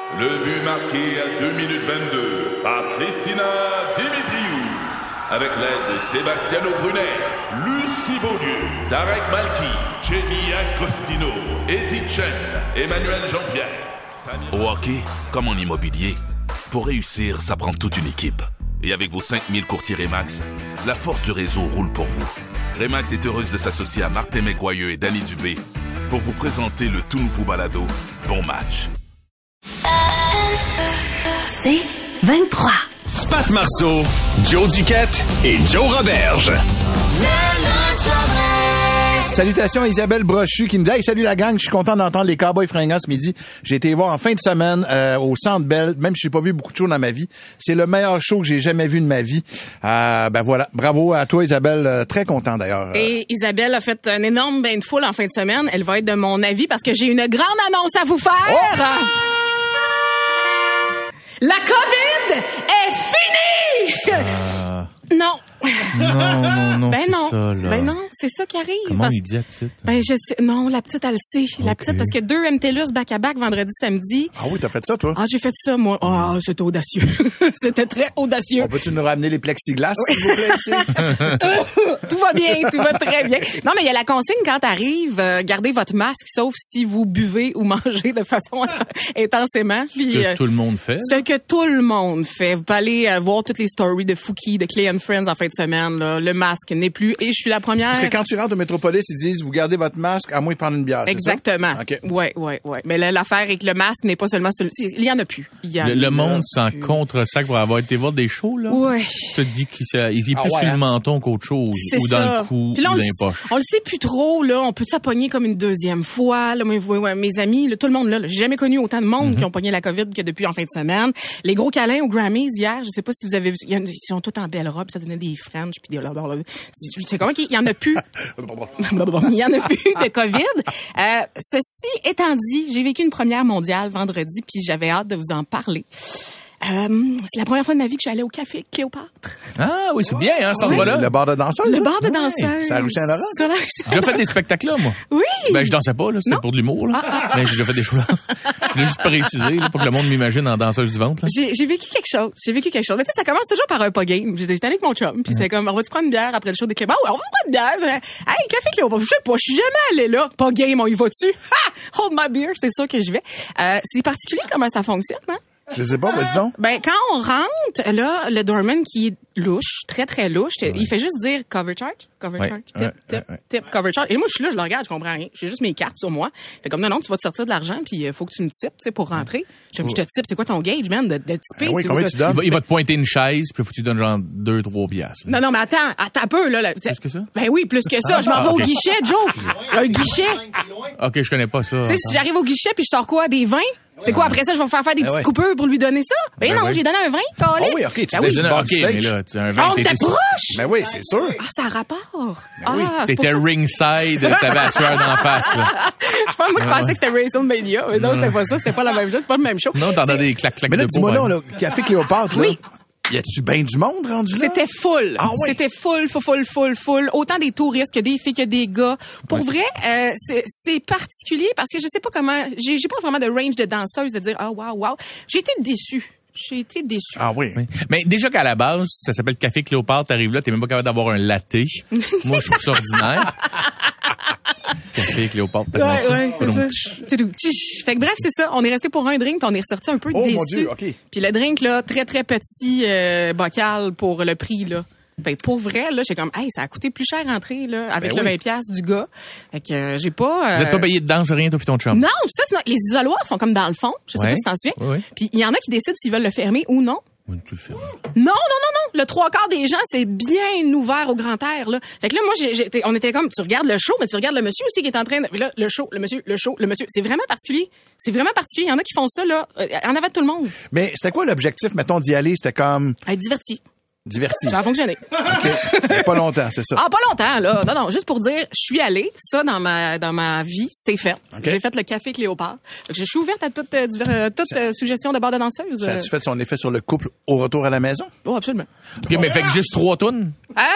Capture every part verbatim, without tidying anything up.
Le but marqué à deux minutes vingt-deux par Christina Dimitriou. Avec l'aide de Sebastiano Brunet, Lucie Beaulieu, Tarek Malki, Jenny Agostino, Edith Chen, Emmanuel Jean-Pierre. Samir... Au hockey, comme en immobilier, pour réussir, ça prend toute une équipe. Et avec vos cinq mille courtiers Remax, la force du réseau roule pour vous. Remax est heureuse de s'associer à Martin McGuire et Danny Dubé pour vous présenter le tout nouveau balado Bon Match. C'est vingt-trois. Pat Marceau, Joe Duquette et Joe Roberge. Salutations à Isabelle Brochu qui nous dit hey, « Salut la gang, je suis content d'entendre les Cowboys fringants ce midi. J'ai été voir en fin de semaine euh, au Centre Bell, même si j'ai pas vu beaucoup de shows dans ma vie. C'est le meilleur show que j'ai jamais vu de ma vie. Euh, ben voilà, bravo à toi Isabelle, euh, très content d'ailleurs. Et Isabelle a fait un énorme bain de foule en fin de semaine. Elle va être de mon avis parce que j'ai une grande annonce à vous faire. Oh! La COVID est finie! Euh... Non. Non, non, non, ben c'est non. ça, là. Ben non, c'est ça qui arrive. Comment parce... il dit la petite? Ben je sais. Non, la petite, elle le sait. La Okay. petite, parce que deux M T L U S back-à-back vendredi, samedi. Ah oui, t'as fait ça toi? Ah, j'ai fait ça, moi. Ah, oh, c'était audacieux. C'était très audacieux. On peut-tu nous ramener les plexiglas, s'il vous plaît, ici? Tout va bien, tout va très bien. Non, mais il y a la consigne quand t'arrives, euh, gardez votre masque, sauf si vous buvez ou mangez de façon intensément. Ce que euh, tout le monde fait. Ce que tout le monde fait. Vous pouvez aller euh, voir toutes les stories de Fouki, de Clay and Friends en fin de semaine, là. Le masque n'est plus. Et je suis la première. Parce que quand tu rentres au Métropolis, ils disent vous gardez votre masque à moins de prendre une bière. Exactement. C'est ça? OK. Ouais, ouais, ouais. Mais là, l'affaire est que le masque n'est pas seulement celui. Il y en a plus. Il y en Le, le a monde s'en plus. contre-sac pour avoir été voir des shows, là. Ouais. Tu te dis qu'il s'est- il est plus Ah ouais, sur hein? le menton qu'autre chose. C'est Ou dans ça. le cou, Puis là, ou on dans le les sait- poches. On le sait plus trop, là. On peut s'apogner comme une deuxième fois, là. Moi, ouais, ouais, mes amis, là, tout le monde, là, là, j'ai jamais connu autant de monde Mm-hmm. qui ont pogné la COVID que depuis en fin de semaine. Les gros câlins aux Grammys hier, je sais pas si vous avez vu, il y en- ils sont tous en belle robe, ça donnait des French, puis des blablabla. C'est comment qu'il y en a plus. Il y en a plus de COVID. Euh, ceci étant dit, j'ai vécu une première mondiale vendredi, puis j'avais hâte de vous en parler. Euh, c'est la première fois de ma vie que j'allais au café Cléopâtre. Ah oui, c'est bien, hein, cet endroit-là. Le bar de danseurs. Le ça? bar de Ouais. danseurs. C'est à rue Saint-Laurent. Sur la- J'ai déjà fait des spectacles là, moi. Oui. Ben, je dansais pas, là. C'était pour de l'humour, là. Mais j'ai déjà fait des choses là. Je vais juste préciser, là, pour que le monde m'imagine en danseuse du ventre, là. J'ai, j'ai vécu quelque chose. J'ai vécu quelque chose. Mais tu sais, ça commence toujours par un pas game. J'étais j'étais allée avec mon chum, puis c'est comme, on va-tu prendre une bière après le show des Cléopâtres? Ah ouais, on va prendre une bière. Hey, café Cléopâtre. Je sais pas, je suis jamais allée là. Pas game, on y va-tu? Ha! Hold my beer, c'est sûr que je vais. Euh, c'est particulier comment ça fonctionne, hein? Je sais pas, vas-y donc. Ben, quand on rentre, là, le doorman qui est louche, très, très louche, il fait juste dire cover charge, cover Ouais, charge, tip, ouais, tip, ouais, ouais. tip, cover charge. Et moi, je suis là, je le regarde, je comprends rien. J'ai juste mes cartes sur moi. Fait comme, non, non, tu vas te sortir de l'argent, puis il faut que tu me tipes, tu sais, pour rentrer. Je dis, je te type, c'est quoi ton gauge, man, de, de tipper? Ben oui, tu combien veux- tu donnes? Il va, il va te pointer une chaise, puis il faut que tu donnes genre deux, trois piastres. là. Non, non, mais attends, attends un peu, là. là. Plus que ça? Ben oui, plus que ça. Je m'en Ah, vais ok. au guichet, Joe. Un guichet. Ok, je connais pas ça. Tu sais, si j'arrive au guichet, puis je sors quoi, des vins? C'est quoi, après ça, je vais me faire faire des Ah petites ouais. coupures pour lui donner ça? Ben, Ben non, ouais. j'ai donné un vin, Ah Colin. oui, OK, tu Ben t'es oui. du Non, bar ok, du mais stage. là, tu as un Ah, on t'étais- t'approche! Ben oui, c'est sûr. Ah, ça a rapport. Ben oui. Ah, c'est pour T'étais ça. ringside, t'avais la sueur d'en face, là. Je pense, moi, je pensais que c'était WrestleMania. Mais non, c'était pas ça. C'était pas la même chose. C'est pas le même show. Non, t'entends des clac-clac Mais là, de dis-moi peau, donc, ouais. là, café Cléopâtre, là. Oui. Y a-tu bien du monde rendu là? C'était full. Ah oui? C'était full, full, full, full, full. Autant des touristes que des filles que des gars. Pour vrai, euh, c'est, c'est particulier parce que je sais pas comment, j'ai, j'ai pas vraiment de range de danseuse de dire, ah, wow, wow. J'ai été déçue. J'ai été déçue. Ah oui. Oui. Mais déjà qu'à la base, ça s'appelle Café Cléopâtre, t'arrives là, t'es même pas capable d'avoir un latte. Moi, je trouve ça ordinaire. Café Cléopâtre, pas Ouais, de ouais, c'est ça. Tch. C'est tout. Tch. Fait que bref, c'est ça. On est resté pour un drink, puis on est ressorti un peu Oh, déçus. mon Dieu, OK. Puis le drink, là, très, très petit euh, bocal pour le prix, là. Ben, pour vrai, là, j'ai comme, hey, ça a coûté plus cher rentrer, là, avec Ben le oui. vingt piastres du gars. Fait que euh, j'ai pas... euh, Vous êtes pas payé de danse, rien, toi pis ton chum? Non, ça, c'est... Les isoloirs sont comme dans le fond. Je sais Ouais. pas si t'en souviens. Oui, oui. Puis il y en a qui décident s'ils veulent le fermer ou non. Oui, tu le fais. Non, non, non, non. Le trois quarts des gens, c'est bien ouvert au grand air, là. Fait que là, moi, j'ai, j'ai- on était comme, tu regardes le show, mais tu regardes le monsieur aussi qui est en train de... Là, le show, le monsieur, le show, le monsieur. C'est vraiment particulier. C'est vraiment particulier. Il y en a qui font ça, là, euh, en avant de tout le monde. Mais c'était quoi l'objectif, mettons, d'y aller? C'était comme Être diverti. diverti. Ça a fonctionné. OK. Mais pas longtemps, c'est ça. Ah, pas longtemps, là. Non, non, juste pour dire, je suis allée. Ça, dans ma, dans ma vie, c'est fait. J'ai fait le café Cléopâtre. Fait que je suis ouverte à toute, euh, diver- euh, toute euh, suggestion de bar de danseuse. Ça a-tu fait son effet sur le couple au retour à la maison? Oh, absolument. OK, mais fait que juste trois tonnes? Euh,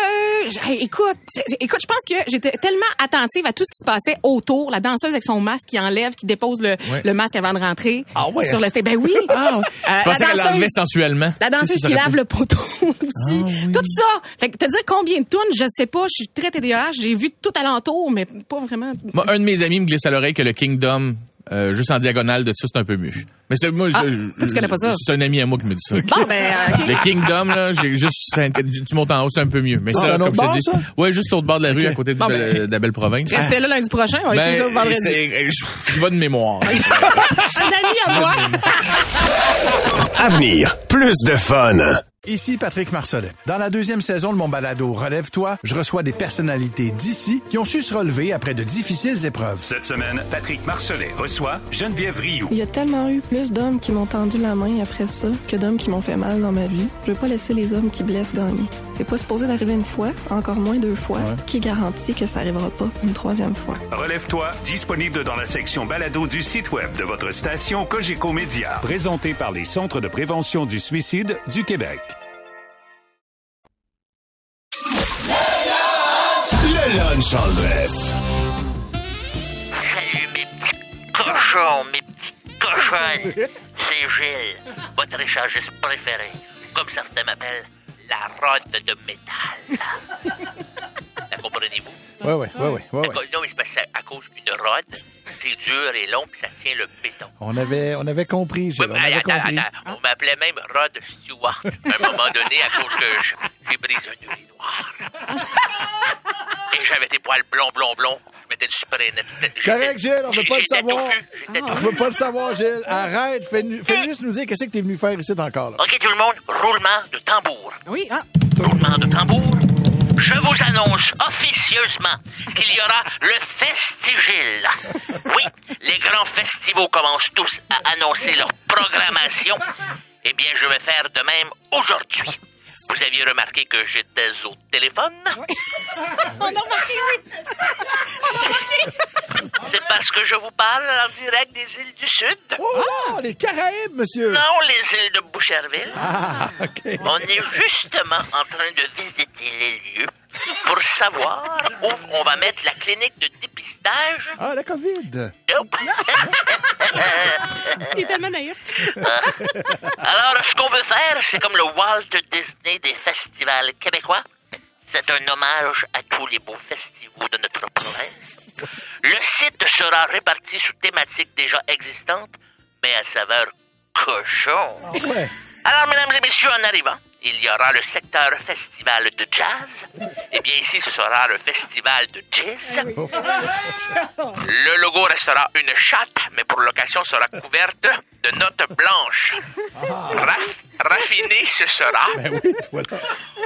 je- hey, écoute, c'est- écoute, je pense que j'étais tellement attentive à tout ce qui se passait autour. La danseuse avec son masque qui enlève, qui dépose le, Ouais. le masque avant de rentrer Ah ouais, sur hein? le stage. Ben oui. Ah, Euh, je pensais la qu'elle danseuse- l'enlevait sensuellement. La danseuse Ça, ça qui aurait lave pu- le poteau aussi. oui. Tout ça. Fait que te dire combien de tonnes, je sais pas. Je suis très T D A H. J'ai vu tout alentour, mais pas vraiment. Moi, un de mes amis me glisse à l'oreille que le Kingdom, euh, juste en diagonale de ça, c'est un peu mieux. Mais c'est moi, Ah, je, toi, je- tu connais pas ça? C'est un ami à moi qui me dit ça. Bon, ben, euh, OK. Le Kingdom, là, j'ai juste, tu montes en haut, c'est un peu mieux. Mais Ah, ça, un comme autre je te bord, dis, ça? ouais, juste l'autre bord de la rue, à côté du Bon, bel- ben, de la belle province. Restez là lundi prochain. On va essayer ça vendredi. c'est- je, je vais de mémoire. Un ami à moi. Avenir, plus de fun. Ici Patrick Marcelet. Dans la deuxième saison de mon balado Relève-toi, je reçois des personnalités d'ici qui ont su se relever après de difficiles épreuves. Cette semaine, Patrick Marcelet reçoit Geneviève Rioux. Il y a tellement eu plus d'hommes qui m'ont tendu la main après ça que d'hommes qui m'ont fait mal dans ma vie. Je veux pas laisser les hommes qui blessent gagner. C'est pas supposé d'arriver une fois, encore moins deux fois. Qui garantit que ça arrivera pas une troisième fois? Relève-toi, disponible dans la section balado du site web de votre station Cogeco Média. Présenté par les Centres de prévention du suicide du Québec. Le lunch en dress. Salut mes petits cochons, mes petites cochonnes. C'est Gilles, votre échangiste préféré. Comme certains m'appellent, la rode de métal. La comprenez-vous? Ouais, ouais, ouais, ouais, ouais, À ouais. cause- Non, mais c'est parce que à cause qu'une rode, c'est dur et long, puis ça tient le béton. On avait, on avait compris, Oui, Gilles, on mais avait attends, compris. attends. On m'appelait même Rod Stewart. À un moment donné, à cause que je- j'ai brisé un urinoir. Et j'avais des poils blonds, blonds, blonds. Je mettais du spray net. J'étais- Correct, Gilles, on veut pas le j'étais savoir. touffu, j'étais On touffu. veut pas le savoir, Gilles. Arrête, fais, fais juste nous dire qu'est-ce que t'es venu faire ici encore, là. OK, tout le monde, roulement de tambour. Oui, ah. Roulement de tambour. Je vous annonce officieusement qu'il y aura le Festigil. Oui, les grands festivals commencent tous à annoncer leur programmation. Eh bien, je vais faire de même aujourd'hui. Vous aviez remarqué que j'étais au téléphone? On a remarqué, oui. On a remarqué. C'est parce que je vous parle en direct des îles du Sud. Oh, les Caraïbes, monsieur! Non, les îles de Boucherville. Ah, OK. On est justement en train de visiter les lieux pour savoir où on va mettre la clinique de dépistage. Ah, la COVID! Il est tellement naïf. Alors, ce qu'on veut faire, c'est comme le Walt Disney des festivals québécois. C'est un hommage à tous les beaux festivals de notre province. Le site sera réparti sous thématiques déjà existantes, mais à saveur cochon. Ouais. Alors, mesdames et messieurs, en arrivant, il y aura le secteur festival de jazz. Eh bien, ici, ce sera le festival de jazz. Le logo restera une chatte, mais pour l'occasion sera couverte de notes blanches. Raff- raffiné, ce sera. Ben oui, toi, là.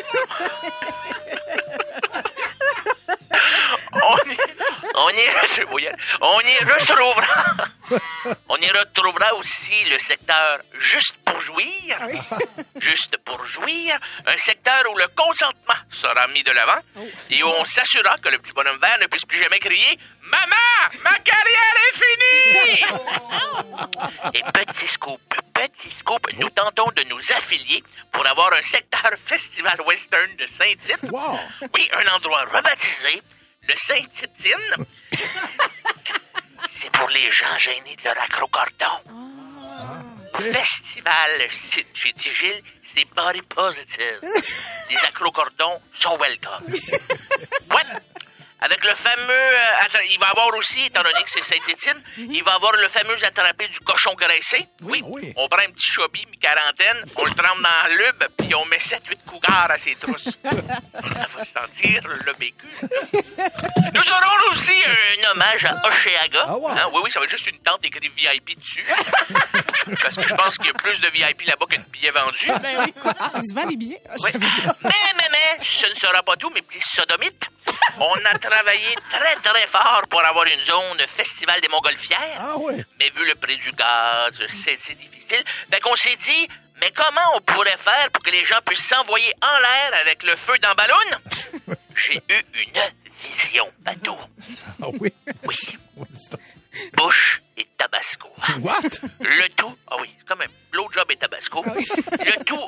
On y, on y, on y retrouvera. On y retrouvera aussi le secteur juste pour jouir. Juste pour jouir. Un secteur où le consentement sera mis de l'avant et où on s'assurera que le petit bonhomme vert ne puisse plus jamais crier « Maman, ma carrière est finie! » Et petit scoop, petit scoop, nous tentons de nous affilier pour avoir un secteur festival western de Saint-Tite. Wow. Oui, un endroit rebaptisé le Saint-Titine. C'est pour les gens gênés de leur accrocordon. Festival chez chez Gilles, c'est body positive. Les accrocordons sont welcome. Ouais. Avec le fameux... euh, attends, il va y avoir aussi, étant donné que c'est Saint-Étienne, il va y avoir le fameux attrapé du cochon graissé. Oui. oui. On prend un petit chubby, mi-quarantaine, on le trempe dans l'ube, puis on met sept huit cougars à ses trousses. Ça va sentir le vécu. Nous aurons aussi un hommage à Oshéaga. Ah ouais. Hein, oui, oui, ça va être juste une tente écrite V I P dessus. Parce que je pense qu'il y a plus de V I P là-bas que de billets vendus. Ben oui, quoi? Ah, il se vend des billets? Oui. Mais, mais, mais, ce ne sera pas tout, mes petits sodomites. On a travaillé très, très fort pour avoir une zone festival des Montgolfières. Ah ouais. Mais vu le prix du gaz, c'est, c'est difficile. Fait qu'on s'est dit, mais comment on pourrait faire pour que les gens puissent s'envoyer en l'air avec le feu dans ballon? J'ai eu une vision, bateau. Ah oui? Oui. What's that? Bush et Tabasco. What? Le tout, ah oui, c'est comme un blowjob et Tabasco. Le tout effectué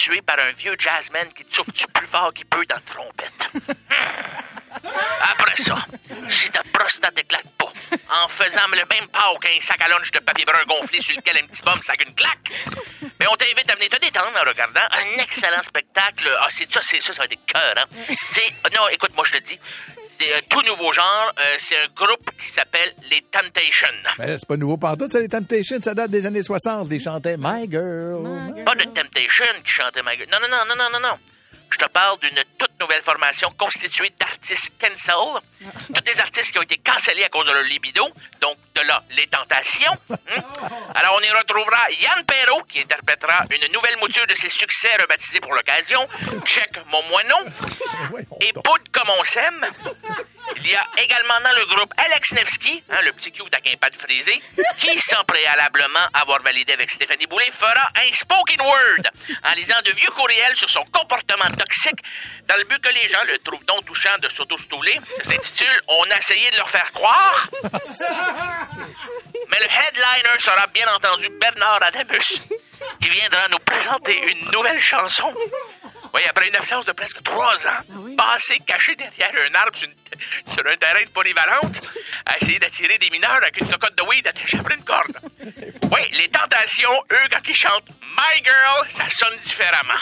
tué par un vieux jazzman qui te souffle plus fort qu'il peut dans la trompette. Après ça, si ta prostate éclate pas, en faisant le même pas qu'un sac à lunch de papier brun gonflé sur lequel un petit bum sac une claque, mais on t'invite à venir te détendre en regardant un excellent spectacle. Ah, c'est ça, c'est ça, ça va être cœur, hein? C'est, non, écoute, moi je te dis, c'est un tout nouveau genre. Euh, c'est un groupe qui s'appelle les Temptations. Ben là, c'est pas nouveau pantoute, ça, les Temptations. Ça date des années soixante. Ils chantaient My Girl. My girl. Pas de Temptation qui chantait My Girl. Non, non, non, non, non, non, non. Je te parle d'une toute nouvelle formation constituée d'artistes cancel. Tous des artistes qui ont été cancellés à cause de leur libido. Donc, de là, les tentations. Hein? Alors, on y retrouvera Yann Perrault, qui interprétera une nouvelle mouture de ses succès rebaptisés pour l'occasion. Check mon moineau. Et Poudre comme on s'aime. Il y a également dans le groupe Alex Nevsky, hein, le petit cute avec un pad frisé, qui, sans préalablement avoir validé avec Stéphanie Boulay, fera un spoken word en lisant de vieux courriels sur son comportement toxique dans le but que les gens le trouvent donc touchant de s'auto-stouler. Ça s'intitule « On a essayé de leur faire croire ». Mais le headliner sera bien entendu Bernard Adamus, qui viendra nous présenter une nouvelle chanson. Oui, après une absence de presque trois ans, ah oui. passé caché derrière un arbre sur, une, sur un terrain de polyvalente, à essayer d'attirer des mineurs avec une cocotte de weed attachée après une corde. Oui, les tentations, eux, quand ils chantent My Girl, ça sonne différemment.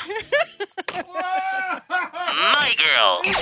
My Girl.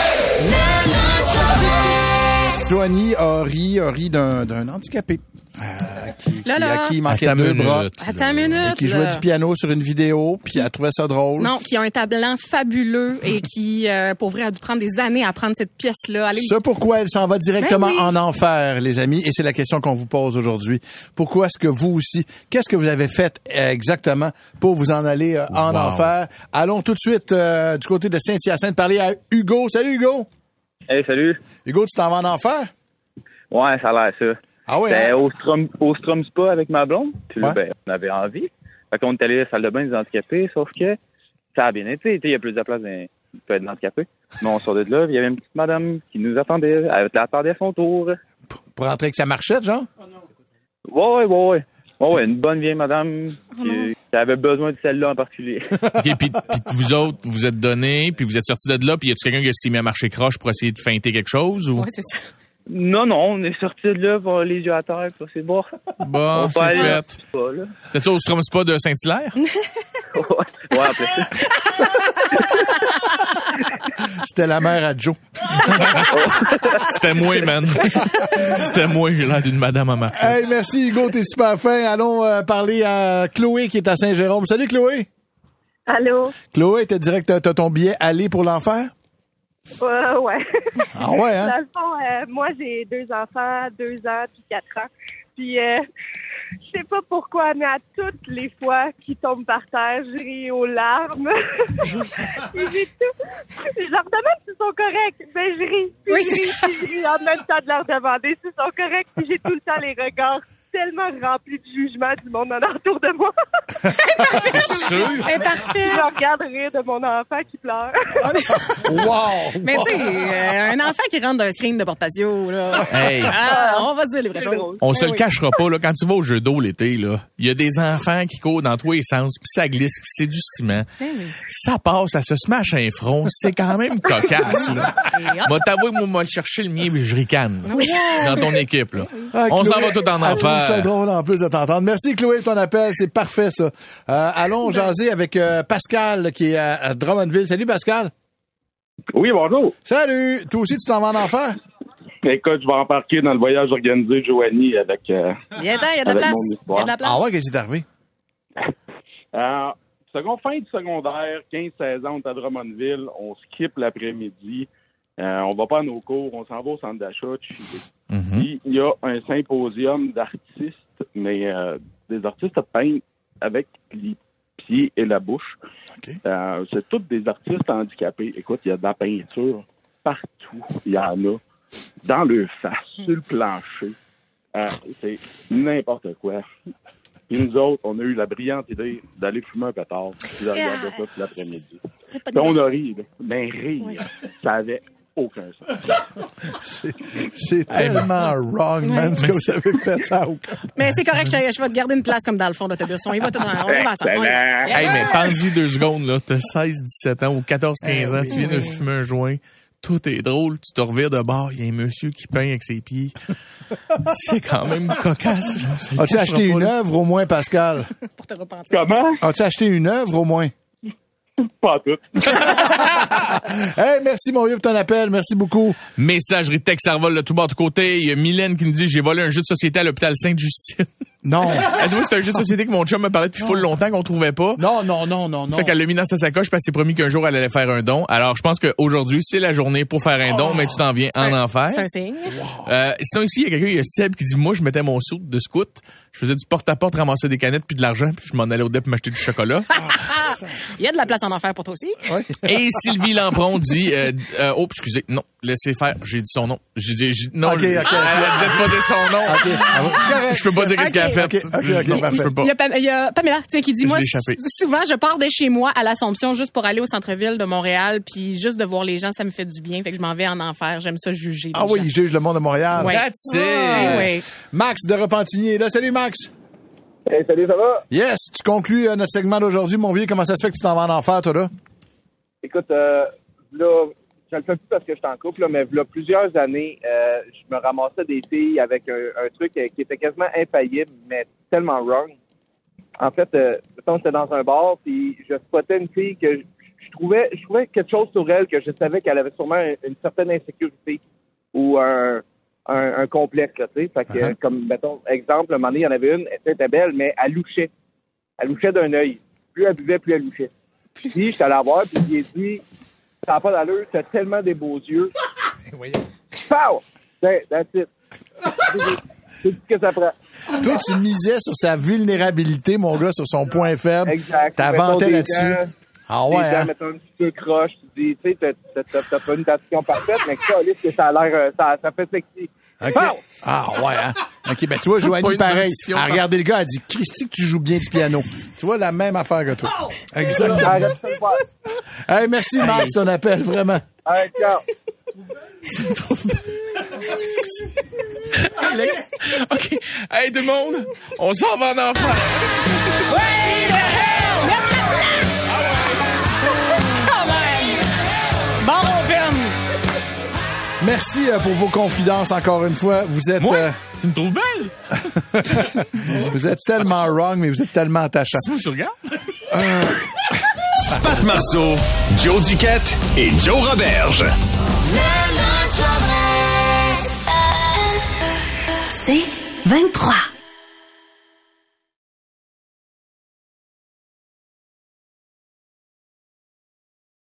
Joanie a ri, a ri d'un, d'un handicapé. Euh, qui, qui, là, là. à qui il manquait Attends deux minute, bras. Attends une minute. Qui jouait là. du piano sur une vidéo, puis elle trouvait ça drôle. Non, qui a un talent fabuleux et qui, euh, pour vrai, a dû prendre des années à apprendre cette pièce-là. Allez. Ça, pourquoi elle s'en va directement Ben oui. en enfer, les amis, et c'est la question qu'on vous pose aujourd'hui. Pourquoi est-ce que vous aussi, qu'est-ce que vous avez fait euh, exactement pour vous en aller euh, en Wow. enfer? Allons tout de suite euh, du côté de Saint-Hyacinthe parler à Hugo. Salut, Hugo! Hey, salut. Hugo, tu t'en vas en enfer? Ouais, ça a l'air ça. Ah oui, Ben, hein? au Strom, au Strom Spa avec ma blonde. Puis là, Ouais. ben, on avait envie. Fait qu'on est allé à la salle de bain des handicapés, sauf que ça a bien été. Il y a plus de place dans peut être handicapé. Mais on sort de là, il y avait une petite madame qui nous attendait. Elle attendait son tour. Pour rentrer avec sa marchette, genre? Ouais, ouais, ouais, ouais. Ouais, ouais, une bonne vieille madame qui, qui avait besoin de celle-là en particulier. OK, puis, puis vous autres, vous êtes donnés, puis vous êtes sortis de là, puis y a-tu quelqu'un qui s'est mis à marcher croche pour essayer de feinter quelque chose? Ou? Ouais, c'est ça. Non, non, on est sortis de là pour les yeux à terre, ça, c'est bon. Bon, On c'est peut aller fait. là, là. C'est-tu au Strom Spa de Saint-Hilaire? Ouais, après ça. C'était la mère à Joe. C'était moi, man. C'était moi, j'ai l'air d'une madame à ma Hey, merci Hugo, t'es super fin. Allons euh, parler à Chloé qui est à Saint-Jérôme. Salut Chloé. Allô? Chloé, t'as direct, t'as ton billet aller pour l'enfer? Euh, ouais. Ah ouais, hein? Dans le fond, euh, moi, j'ai deux enfants, deux ans puis quatre ans. Puis, euh, je sais pas pourquoi, mais à toutes les fois qu'ils tombent par terre, je ris aux larmes. Puis j'ai tout. Je leur demande s'ils sont corrects. Ben, je ris. Puis Oui, je ris, puis je ris en même temps de leur demander s'ils sont corrects. Puis j'ai tout le temps les regards tellement remplis de jugement du monde en autour de moi. C'est sûr? Eh, parfait. Je regarde rire de mon enfant qui pleure. Wow! Mais tu sais, euh, un enfant qui rentre d'un screen de porte-patio, là. Hey. Ah, on va se dire les vraies choses. On se Eh le oui. cachera pas, là. Quand tu vas au jeu d'eau l'été, là, il y a des enfants qui courent dans tous les sens, puis ça glisse, puis c'est du ciment. Eh oui. Ça passe, ça se smash un front. C'est quand même cocasse, là. Et hop. Moi, t'avouer, moi, moi, le chercher le mien, mais je ricane. Dans ton équipe, là. Ah, On Chloé, s'en va tout en elle trouve enfer. ça drôle en plus de t'entendre. Merci Chloé pour ton appel, c'est parfait ça. Euh, allons jaser avec euh, Pascal qui est à, à Drummondville. Salut Pascal. Oui, bonjour. Salut. Toi aussi tu t'en vas en enfer? Écoute, je vais embarquer dans le voyage organisé de Joanie avec... Euh, Viens-t'en, il y a de la avec place. mon Il y histoire. a de la place. Ah ouais, qu'est-ce qui est arrivé? Euh, second, fin du secondaire, quinze seize ans, on est à Drummondville, on skip l'après-midi, euh, on va pas à nos cours, on s'en va au centre d'achat, de chiller. Mhm. Puis, il y a un symposium d'artistes, mais euh, des artistes peints avec les pieds et la bouche. Okay. Euh, c'est tous des artistes handicapés. Écoute, il y a de la peinture partout. Il y en a dans le face, sur le plancher. Euh, c'est n'importe quoi. Puis nous autres, on a eu la brillante idée d'aller fumer un pétard puis de regarder ça tout l'après-midi. Puis on a ri, là. Mais rire, ça avait aucun sens. c'est, c'est tellement wrong, man, ce que vous avez fait, ça. Mais c'est correct, je, je vais te garder une place comme dans le fond de l'autobus. On y va tout dans, on y va ensemble. On y va. Hey, mais pense-y deux secondes, là. T'as seize, dix-sept ans ou quatorze, quinze ans, tu viens de fumer un joint. Tout est drôle, tu te revires de bord, il y a un monsieur qui peint avec ses pieds. C'est quand même cocasse. As-tu acheté une œuvre au moins, Pascal? Pour te repentir. Comment? As-tu acheté une œuvre au moins? Pas tout. Hey, merci mon vieux pour ton appel, merci beaucoup. Messagerie texte, ça revole de tout bord de côté. Il y a Mylène qui nous dit, j'ai volé un jeu de société à l'hôpital Sainte-Justine. Non. Elle dit, oui, c'est un jeu de société que mon chum me parlait depuis full longtemps qu'on trouvait pas. Non, non, non, non, non. Fait qu'elle l'a mis dans sa sacoche parce qu'elle s'est promis qu'un jour elle allait faire un don. Alors, je pense qu'aujourd'hui, c'est la journée pour faire un don, oh, mais tu t'en viens en un, enfer. C'est un signe. Wow. Euh, sinon, ici, il y a quelqu'un, il y a Seb qui dit, moi, je mettais mon sou de scout. Je faisais du porte-à-porte, ramasser des canettes puis de l'argent, puis je m'en allais au dé pour m'acheter du chocolat. Il y a de la place en enfer pour toi aussi. Ouais. Et Sylvie Lampron dit, euh, euh, oh, excusez, non, laissez faire, j'ai dit son nom. J'ai dit, j'ai, non, okay, je, okay, elle a dit de pas dire son nom. Okay. Je peux pas dire okay. ce qu'elle a fait. Okay, okay, okay, non, je peux pas. Il y a, Pam- il y a Pamela tiens, qui dit, Je moi, l'ai échappé. souvent, je pars de chez moi à l'Assomption juste pour aller au centre-ville de Montréal, puis juste de voir les gens, ça me fait du bien. Fait que je m'en vais en enfer. J'aime ça juger. Ah oui, il juge le monde de Montréal. Ouais. That's it. Ah, ouais. Max de Repentigny. Là, salut Max. Hey, salut, ça va? Yes, tu conclus euh, notre segment d'aujourd'hui, mon vieux. Comment ça se fait que tu t'en vas en enfer, toi, là? Écoute, euh, là, je le fais plus parce que je suis en couple, là, mais là, plusieurs années, euh, je me ramassais des filles avec un, un truc qui était quasiment infaillible, mais tellement wrong. En fait, euh, mettons, j'étais dans un bar, puis je spottais une fille que je, je trouvais je trouvais quelque chose sur elle que je savais qu'elle avait sûrement une, une certaine insécurité ou un... Un, un complexe, là, tu sais. Fait que, uh-huh. comme, mettons, exemple, un moment donné, il y en avait une, elle était belle, mais elle louchait. Elle louchait d'un œil. Plus elle buvait, plus elle louchait. Puis, j'étais allé la voir, puis je lui ai dit, ça n'a pas d'allure, t'as tellement des beaux yeux. Pow! That's it. C'est tout ce que ça prend. Toi, tu misais sur sa vulnérabilité, mon gars, sur son point faible. Exact. T'avantais là-dessus. Dents, ah ouais, hein? mettons un petit peu croche, tu dis, tu sais, t'as, t'as, t'as pas une dentition parfaite, mais ça, que ça a l'air, ça, ça fait sexy. OK. Oh! Ah ouais, hein? OK, ben tu vois, Joanie, pareil. Elle a regardé le gars, elle a dit, Christy, que tu joues bien du piano. Tu vois, la même affaire que toi. Oh! Exactement. Hey, merci, Max, ton appel, vraiment. Hey, ciao. Tu me trouves... Alex? OK. Hey, tout le monde, on s'en va en enfer. Way the hell! Mettre la place! Quand même! Bon, Ben! Merci pour vos confidences, encore une fois. Vous êtes... Moi? Euh... Tu me trouves belle? Vous êtes tellement wrong, mais vous êtes tellement attachant. Tu me regardes? Euh... Pat Marceau, Joe Duquette et Joe Roberge. C'est vingt-trois.